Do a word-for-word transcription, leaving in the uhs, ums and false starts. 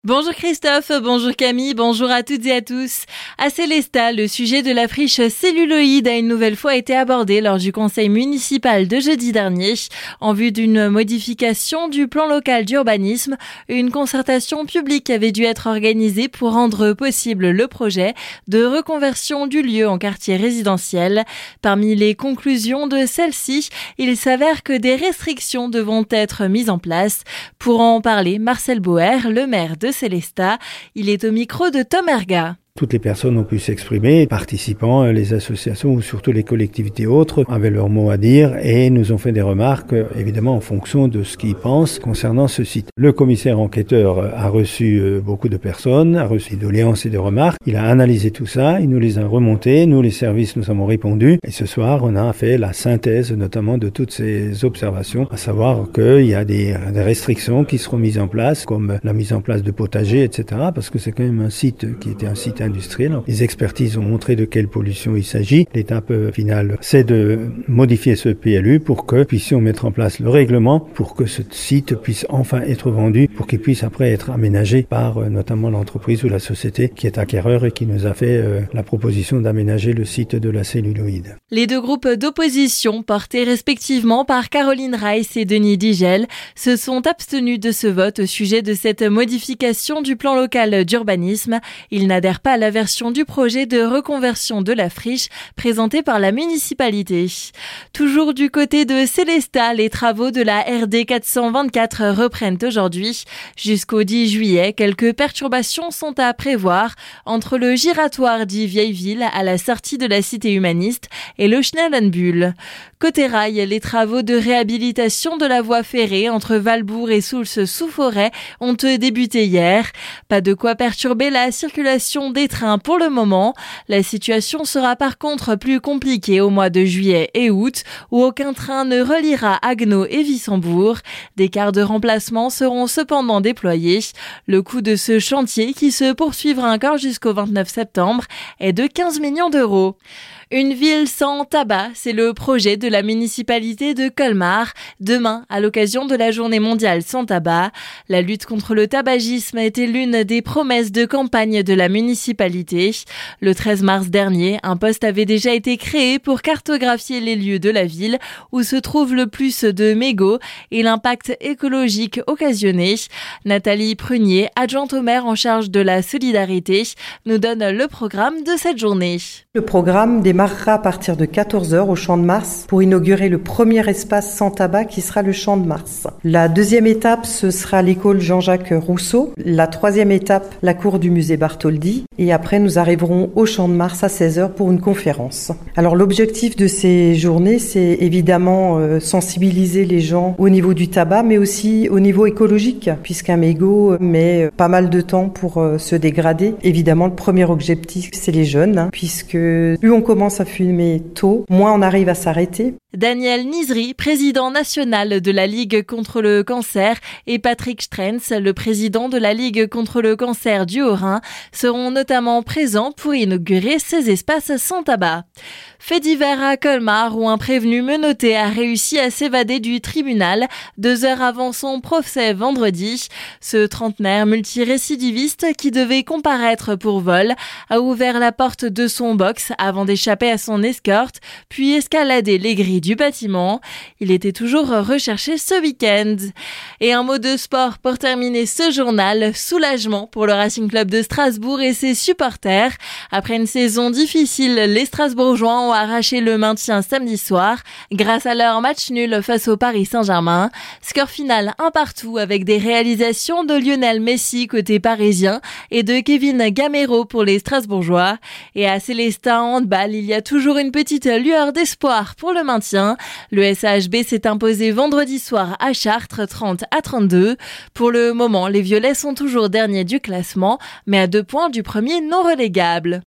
Bonjour Christophe, bonjour Camille, bonjour à toutes et à tous. À Célestat, le sujet de la friche celluloïde a une nouvelle fois été abordé lors du conseil municipal de jeudi dernier. En vue d'une modification du plan local d'urbanisme, une concertation publique avait dû être organisée pour rendre possible le projet de reconversion du lieu en quartier résidentiel. Parmi les conclusions de celle-ci, il s'avère que des restrictions devront être mises en place. Pour en parler, Marcel Boer, le maire de Célestat, il est au micro de Tom Erga. Toutes les personnes ont pu s'exprimer, participants, les associations ou surtout les collectivités autres avaient leur mot à dire et nous ont fait des remarques, évidemment en fonction de ce qu'ils pensent concernant ce site. Le commissaire enquêteur a reçu beaucoup de personnes, a reçu des doléances et des remarques. Il a analysé tout ça, il nous les a remontées, nous les services nous avons répondu et ce soir on a fait la synthèse notamment de toutes ces observations, à savoir qu'il y a des, des restrictions qui seront mises en place comme la mise en place de potagers, et cetera. Parce que c'est quand même un site qui était un site industriel. Les expertises ont montré de quelle pollution il s'agit. L'étape finale, c'est de modifier ce P L U pour que nous puissions mettre en place le règlement pour que ce site puisse enfin être vendu, pour qu'il puisse après être aménagé par notamment l'entreprise ou la société qui est acquéreur et qui nous a fait euh, la proposition d'aménager le site de la celluloïde. Les deux groupes d'opposition, portés respectivement par Caroline Reiss et Denis Digel, se sont abstenus de ce vote au sujet de cette modification du plan local d'urbanisme. Ils n'adhèrent pas à la version du projet de reconversion de la friche présentée par la municipalité. Toujours du côté de Célestat, les travaux de la R D quatre cent vingt-quatre reprennent aujourd'hui. Jusqu'au dix juillet, quelques perturbations sont à prévoir entre le giratoire dit Vieilleville à la sortie de la cité humaniste et le Schnellenbuhl. Côté rail, les travaux de réhabilitation de la voie ferrée entre Valbourg et Soultz-sous-Forêt ont débuté hier. Pas de quoi perturber la circulation des trains pour le moment. La situation sera par contre plus compliquée au mois de juillet et août où aucun train ne reliera Haguenau et Wissembourg. Des cars de remplacement seront cependant déployés. Le coût de ce chantier, qui se poursuivra encore jusqu'au vingt-neuf septembre, est de quinze millions d'euros. Une ville sans tabac, c'est le projet de la municipalité de Colmar. Demain, à l'occasion de la journée mondiale sans tabac, la lutte contre le tabagisme était l'une des promesses de campagne de la municipalité. Le treize mars dernier, un poste avait déjà été créé pour cartographier les lieux de la ville où se trouve le plus de mégots et l'impact écologique occasionné. Nathalie Prunier, adjointe au maire en charge de la solidarité, nous donne le programme de cette journée. Le programme démarrera à partir de quatorze heures au Champ de Mars pour inaugurer le premier espace sans tabac qui sera le Champ de Mars. La deuxième étape, ce sera l'école Jean-Jacques Rousseau. La troisième étape, la cour du musée Bartholdi. Et après, nous arriverons au Champ de Mars à seize heures pour une conférence. Alors l'objectif de ces journées, c'est évidemment euh, sensibiliser les gens au niveau du tabac, mais aussi au niveau écologique, puisqu'un mégot met pas mal de temps pour euh, se dégrader. Évidemment, le premier objectif, c'est les jeunes, hein, puisque plus on commence à fumer tôt, moins on arrive à s'arrêter. Daniel Nizri, président national de la Ligue contre le cancer, et Patrick Strenz, le président de la Ligue contre le cancer du Haut-Rhin, seront notamment présents pour inaugurer ces espaces sans tabac. Fait divers à Colmar où un prévenu menotté a réussi à s'évader du tribunal deux heures avant son procès vendredi. Ce trentenaire multirécidiviste qui devait comparaître pour vol a ouvert la porte de son box avant d'échapper à son escorte, puis escalader les grilles du bâtiment. Il était toujours recherché ce week-end. Et un mot de sport pour terminer ce journal. Soulagement pour le Racing Club de Strasbourg et ses supporters. Après une saison difficile, les Strasbourgeois ont arraché le maintien samedi soir grâce à leur match nul face au Paris Saint-Germain. Score final un partout avec des réalisations de Lionel Messi côté parisien et de Kevin Gamero pour les Strasbourgeois. Et à Célestat handball, il y a toujours une petite lueur d'espoir pour le maintien. Le S A H B s'est imposé vendredi soir à Chartres trente à trente-deux. Pour le moment, les Violets sont toujours derniers du classement, mais à deux points du premier non relégable.